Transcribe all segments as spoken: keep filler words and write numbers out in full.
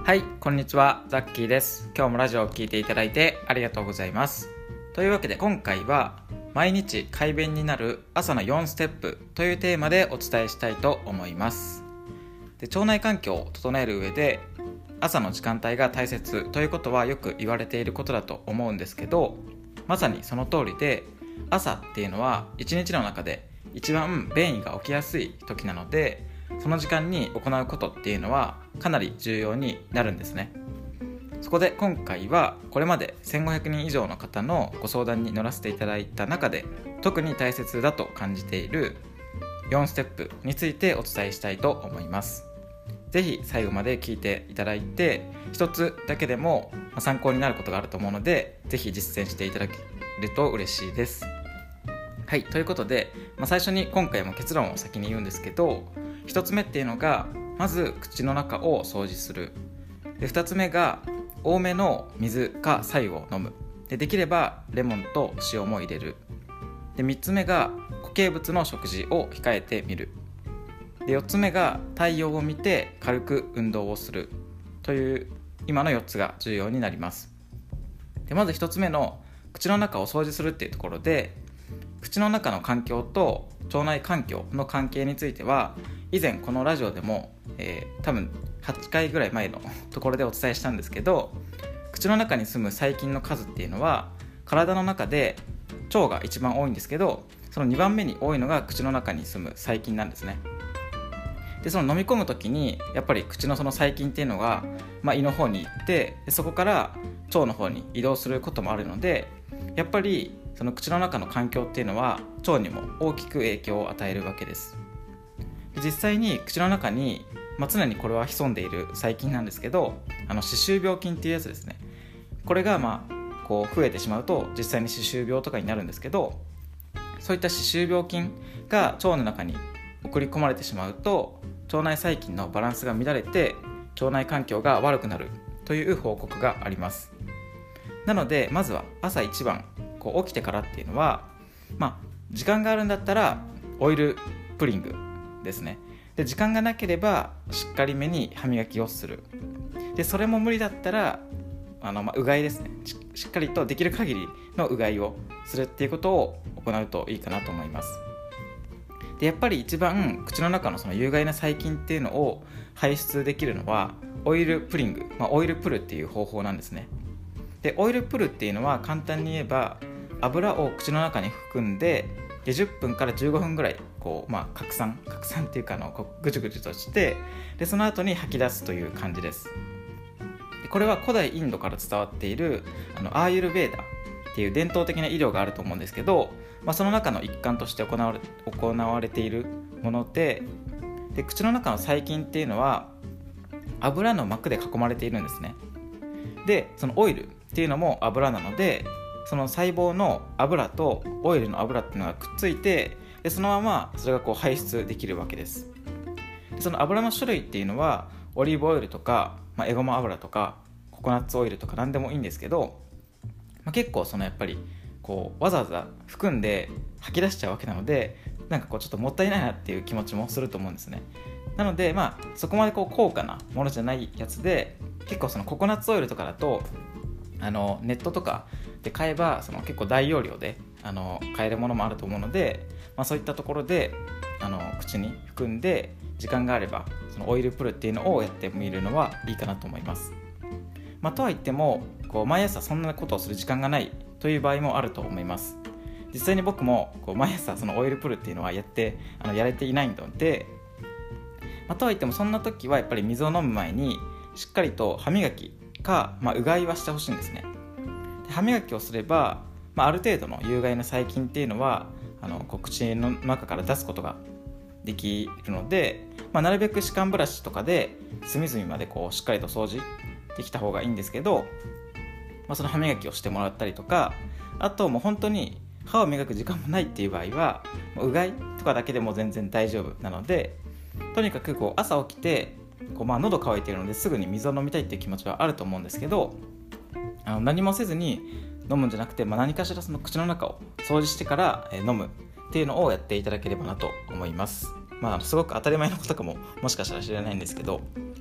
はい、こんにちは、ザッキーです。今日もラジオを聞いていただいてありがとうございます。というわけで今回は毎日快便になる朝のよんステップというテーマでお伝えしたいと思います。で、腸内環境を整える上で朝の時間帯が大切ということはよく言われていることだと思うんですけど、まさにその通りで、朝っていうのは一日の中で一番便意が起きやすい時なので、その時間に行うことっていうのはかなり重要になるんですね。そこで今回はこれまでせんごひゃくにん以上の方のご相談に乗らせていただいた中で特に大切だと感じているよんステップについてお伝えしたいと思います。ぜひ最後まで聞いていただいて、一つだけでも参考になることがあると思うので、ぜひ実践していただけると嬉しいです。はい、ということで、まあ、最初に今回も結論を先に言うんですけど、一つ目っていうのがまず口の中を掃除する。で、二つ目が多めの水か白湯を飲む。で、できればレモンと塩も入れる。で、三つ目が固形物の食事を控えてみる。で、四つ目が太陽を見て軽く運動をするという今のよっつが重要になります。で、まず一つ目の口の中を掃除するっていうところで、口の中の環境と腸内環境の関係については以前このラジオでも、えー、多分はちかいぐらい前のところでお伝えしたんですけど、口の中に住む細菌の数っていうのは体の中で腸が一番多いんですけど、そのにばんめに多いのが口の中に住む細菌なんですね。で、その飲み込む時にやっぱり口のその細菌っていうのが、まあ、胃の方に行って、そこから腸の方に移動することもあるので、やっぱりその口の中の環境っていうのは腸にも大きく影響を与えるわけです。で、実際に口の中に、まあ、常にこれは潜んでいる細菌なんですけど、あの歯周病菌っていうやつですね。これがまあこう増えてしまうと実際に歯周病とかになるんですけど、そういった歯周病菌が腸の中に送り込まれてしまうと、腸内細菌のバランスが乱れて腸内環境が悪くなるという報告があります。なのでまずは朝一番こう起きてからっていうのは、まあ、時間があるんだったらオイルプリングですね。で、時間がなければしっかりめに歯磨きをする。で、それも無理だったらあの、まあ、うがいですね。 し, しっかりとできる限りのうがいをするっていうことを行うといいかなと思います。で、やっぱり一番口の中のその有害な細菌っていうのを排出できるのはオイルプリング、まあ、オイルプルっていう方法なんですね。で、オイルプルっていうのは簡単に言えば油を口の中に含んで、でじゅっぷんからじゅうごふんぐらいこう、まあ、拡散拡散っていうかあのこうぐちゅぐちゅとして、でその後に吐き出すという感じです。で、これは古代インドから伝わっているあのアーユルヴェーダっていう伝統的な医療があると思うんですけど、まあ、その中の一環として行われ、行われているもので、で口の中の細菌っていうのは油の膜で囲まれているんですね。で、そのオイルっていうのも油なので、その細胞の油とオイルの油っていうのがくっついて、でそのままそれがこう排出できるわけです。で、その油の種類っていうのはオリーブオイルとか、まあ、エゴマ油とかココナッツオイルとか何でもいいんですけど、まあ、結構そのやっぱりこうわざわざ含んで吐き出しちゃうわけなので、なんかこうちょっともったいないなっていう気持ちもすると思うんですね。なので、まあ、そこまでこう高価なものじゃないやつで、結構そのココナッツオイルとかだとあのネットとかで買えばその結構大容量であの買えるものもあると思うので、まあ、そういったところであの口に含んで時間があればそのオイルプルっていうのをやってみるのはいいかなと思います。まあ、とはいってもこう毎朝そんなことをする時間がないという場合もあると思います。実際に僕もこう毎朝そのオイルプルっていうのはやってあのやれていないので、まあ、とはいってもそんな時はやっぱり水を飲む前にしっかりと歯磨きか、まあ、うがいはしてほしいんですね。で、歯磨きをすれば、まあ、ある程度の有害な細菌っていうのはあのこう口の中から出すことができるので、まあ、なるべく歯間ブラシとかで隅々までこうしっかりと掃除できた方がいいんですけど、まあ、その歯磨きをしてもらったりとか、あともう本当に歯を磨く時間もないっていう場合はうがいとかだけでも全然大丈夫なので、とにかくこう朝起きてこうまあ喉乾いているのですぐに水を飲みたいっていう気持ちはあると思うんですけど、あの何もせずに飲むんじゃなくて、まあ、何かしらその口の中を掃除してから飲むっていうのをやっていただければなと思います。まあ、すごく当たり前のことかももしかしたら知らないんですけど、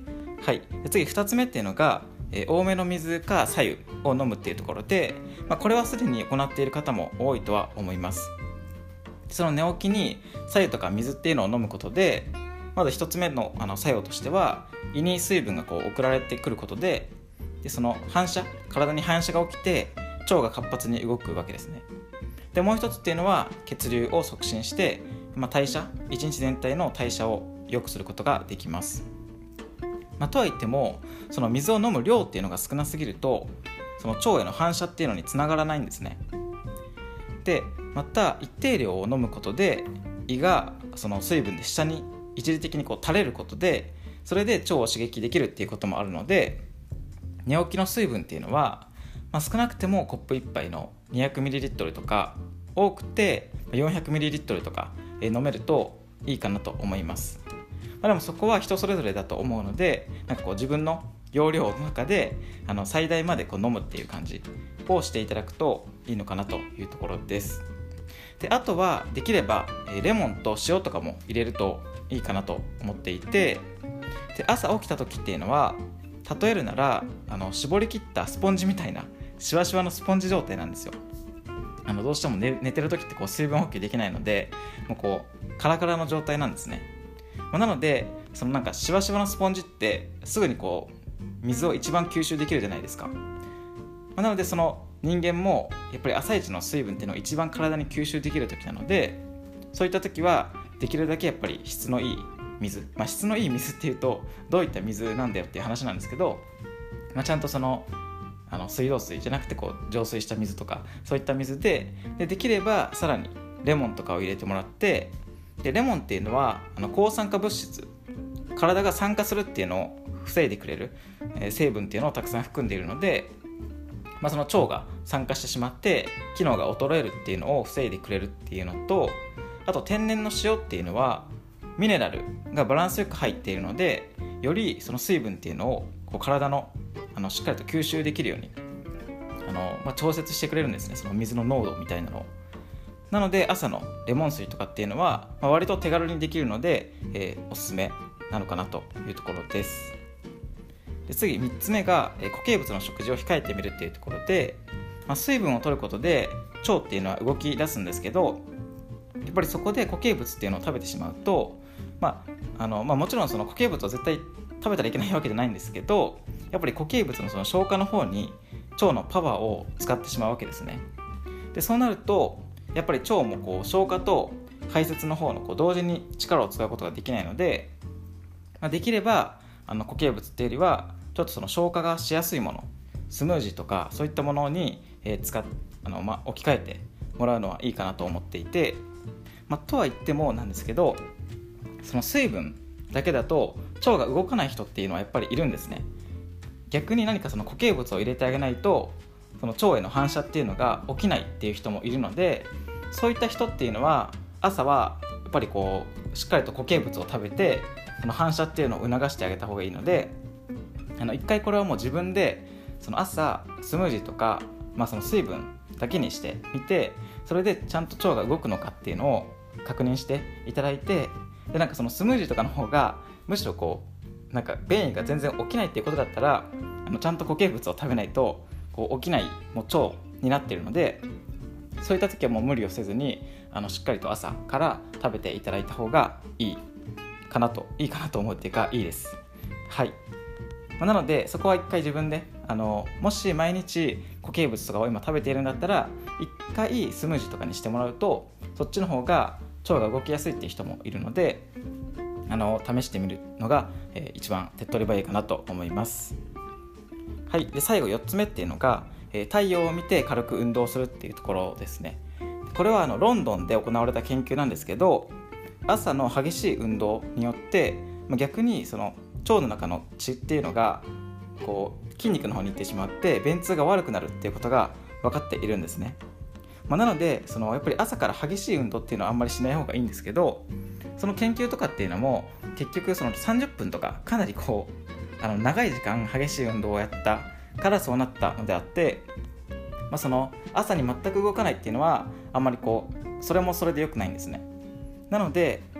はい、で次ふたつめっていうのが、えー、多めの水か白湯を飲むっていうところで、まあ、これはすでに行っている方も多いとは思います。その寝起きに白湯とか水っていうのを飲むことで、まずひとつめ の, あの作用としては、胃に水分がこう送られてくることで、でその反射体に反射が起きて腸が活発に動くわけですね。でもう一つっていうのは血流を促進して、まあ、代謝いちにち全体の代謝を良くすることができます。まあ、とはいってもその水を飲む量っていうのが少なすぎると、その腸への反射っていうのにつながらないんですね。でまた一定量を飲むことで胃がその水分で下に一時的にこう垂れることで、それで腸を刺激できるっていうこともあるので、寝起きの水分っていうのは、まあ、少なくてもコップいっぱいの にひゃくミリリットル とか、多くて よんひゃくミリリットル とか飲めるといいかなと思います。まあ、でもそこは人それぞれだと思うので、なんかこう自分の容量の中であの最大までこう飲むっていう感じをしていただくといいのかなというところです。であとはできればレモンと塩とかも入れるといいかなと思っていて、で朝起きた時っていうのは、例えるならあの絞り切ったスポンジみたいなシワシワのスポンジ状態なんですよ。あのどうしても 寝, 寝てる時ってこう水分補給できないので、もうこうカラカラの状態なんですね。まあ、なのでそのなんかシワシワのスポンジってすぐにこう水を一番吸収できるじゃないですか。まあ、なのでその人間もやっぱり朝一の水分っていうのが一番体に吸収できる時なので、そういった時はできるだけやっぱり質のいい水、まあ、質のいい水っていうとどういった水なんだよっていう話なんですけど、まあ、ちゃんとそのあの水道水じゃなくてこう浄水した水とか、そういった水 で, でできればさらにレモンとかを入れてもらって、でレモンっていうのはあの抗酸化物質、体が酸化するっていうのを防いでくれる、えー、成分っていうのをたくさん含んでいるので、まあ、その腸が酸化してしまって機能が衰えるっていうのを防いでくれるっていうのと、あと天然の塩っていうのはミネラルがバランスよく入っているので、よりその水分っていうのをこう体 の, あのしっかりと吸収できるようにあの、まあ、調節してくれるんですね、その水の濃度みたいなのを。なので朝のレモン水とかっていうのは、まあ、割と手軽にできるので、えー、おすすめなのかなというところです。で次みっつめが、えー、固形物の食事を控えてみるっていうところで、まあ、水分を取ることで腸っていうのは動き出すんですけど、やっぱりそこで固形物っていうのを食べてしまうと、まああのまあ、もちろんその固形物を絶対食べたらいけないわけじゃないんですけど、やっぱり固形物のその消化の方に腸のパワーを使ってしまうわけですね。でそうなるとやっぱり腸もこう消化と排泄の方のこう同時に力を使うことができないので、まあ、できればあの固形物っていうよりはちょっとその消化がしやすいもの、スムージーとかそういったものに、えー使っあの、まあ、置き換えてもらうのはいいかなと思っていて、まあ、とは言ってもなんですけど、その水分だけだと腸が動かない人っていうのはやっぱりいるんですね。逆に何かその固形物を入れてあげないとその腸への反射っていうのが起きないっていう人もいるので、そういった人っていうのは朝はやっぱりこうしっかりと固形物を食べてその反射っていうのを促してあげた方がいいので、あの一回これはもう自分でその朝スムージーとか、まあ、その水分だけにしてみて、それでちゃんと腸が動くのかっていうのを確認していただいて、でなんかそのスムージーとかの方がむしろこうなんか便意が全然起きないっていうことだったら、あのちゃんと固形物を食べないとこう起きないもう腸になっているので、そういった時はもう無理をせずにあのしっかりと朝から食べていただいた方がいいかなといいかなと思うっていうかいいです。はい、まあ、なのでそこは一回自分であのもし毎日固形物とかを今食べているんだったら一回スムージーとかにしてもらうとそっちの方が腸が動きやすいっていう人もいるので、あの試してみるのが、えー、一番手っ取り早いかなと思います。はい、で最後よっつめっていうのが、えー、太陽を見て軽く運動するっていうところですね。これはあのロンドンで行われた研究なんですけど、朝の激しい運動によって逆にその腸の中の血っていうのがこう筋肉の方に行ってしまって便通が悪くなるっていうことが分かっているんですね。まあ、なのでそのやっぱり朝から激しい運動っていうのはあんまりしない方がいいんですけど、その研究とかっていうのも結局そのさんじゅっぷんとかかなりこうあの長い時間激しい運動をやったからそうなったのであって、まあ、その朝に全く動かないっていうのはあんまりこうそれもそれで良くないんですね。なので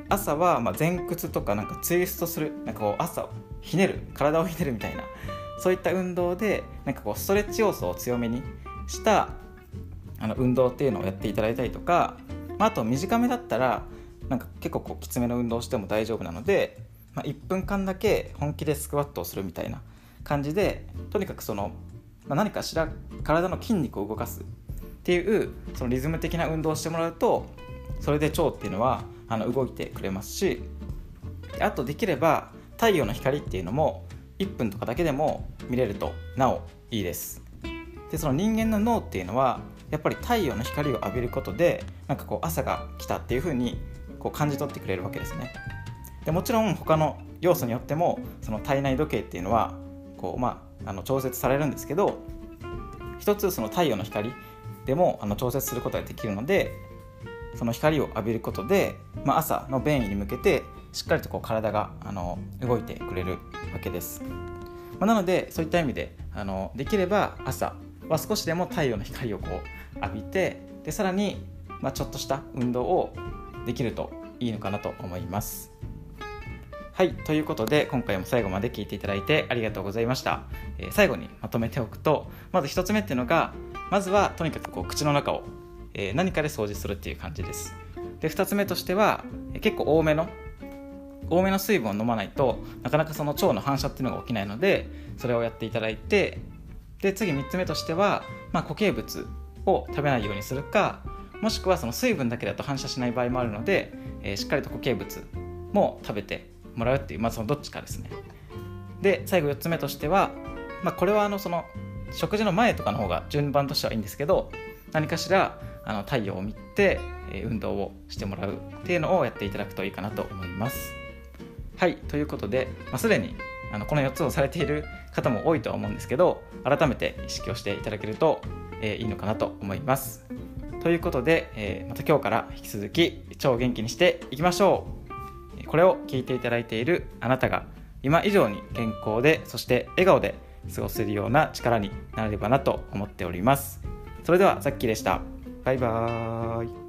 朝はまあ前屈とかなんかツイストする、なんかこう朝ひねる、体をひねるみたいな、そういった運動でなんかこうストレッチ要素を強めにしたあの運動っていうのをやっていただいたりとか、まあ、あと短めだったらなんか結構こうきつめの運動をしても大丈夫なので、まあ、いっぷんかんだけ本気でスクワットをするみたいな感じで、とにかくその、まあ、何かしら体の筋肉を動かすっていうそのリズム的な運動をしてもらうと、それで腸っていうのはあの動いてくれますし、あとできれば太陽の光っていうのもいっぷんとかだけでも見れるとなおいいです。でその人間の脳っていうのはやっぱり太陽の光を浴びることでなんかこう朝が来たっていう風にこう感じ取ってくれるわけですね。でもちろん他の要素によってもその体内時計っていうのはこう、まあ、あの調節されるんですけど、一つその太陽の光でもあの調節することができるので、その光を浴びることで、まあ、朝の便意に向けてしっかりとこう体があの動いてくれるわけです。まあ、なのでそういった意味であのできれば朝は少しでも太陽の光をこう浴びて、でさらに、まあ、ちょっとした運動をできるといいのかなと思います。はい、ということで今回も最後まで聞いていただいてありがとうございました。えー、最後にまとめておくと、まずひとつめっていうのが、まずはとにかくこう口の中を、えー、何かで掃除するっていう感じです。でふたつめとしては、えー、結構多めの多めの水分を飲まないとなかなかその腸の反射っていうのが起きないので、それをやっていただいて、で次みっつめとしては、まあ、固形物を食べないようにするか、もしくはその水分だけだと反射しない場合もあるので、えー、しっかりと固形物も食べてもらうっていう、まずそのどっちかですね。で最後よっつめとしては、まあ、これはあのその食事の前とかの方が順番としてはいいんですけど、何かしらあの太陽を見て、えー、運動をしてもらうっていうのをやっていただくといいかなと思います。はい、ということで、まあ、すでにあのこのよっつをされている方も多いとは思うんですけど、改めて意識をしていただけると、えー、いいのかなと思います。ということで、えー、また今日から引き続き腸を元気にしていきましょう。これを聞いていただいているあなたが今以上に健康で、そして笑顔で過ごせるような力になれればなと思っております。それではさっきでした。バイバーイ。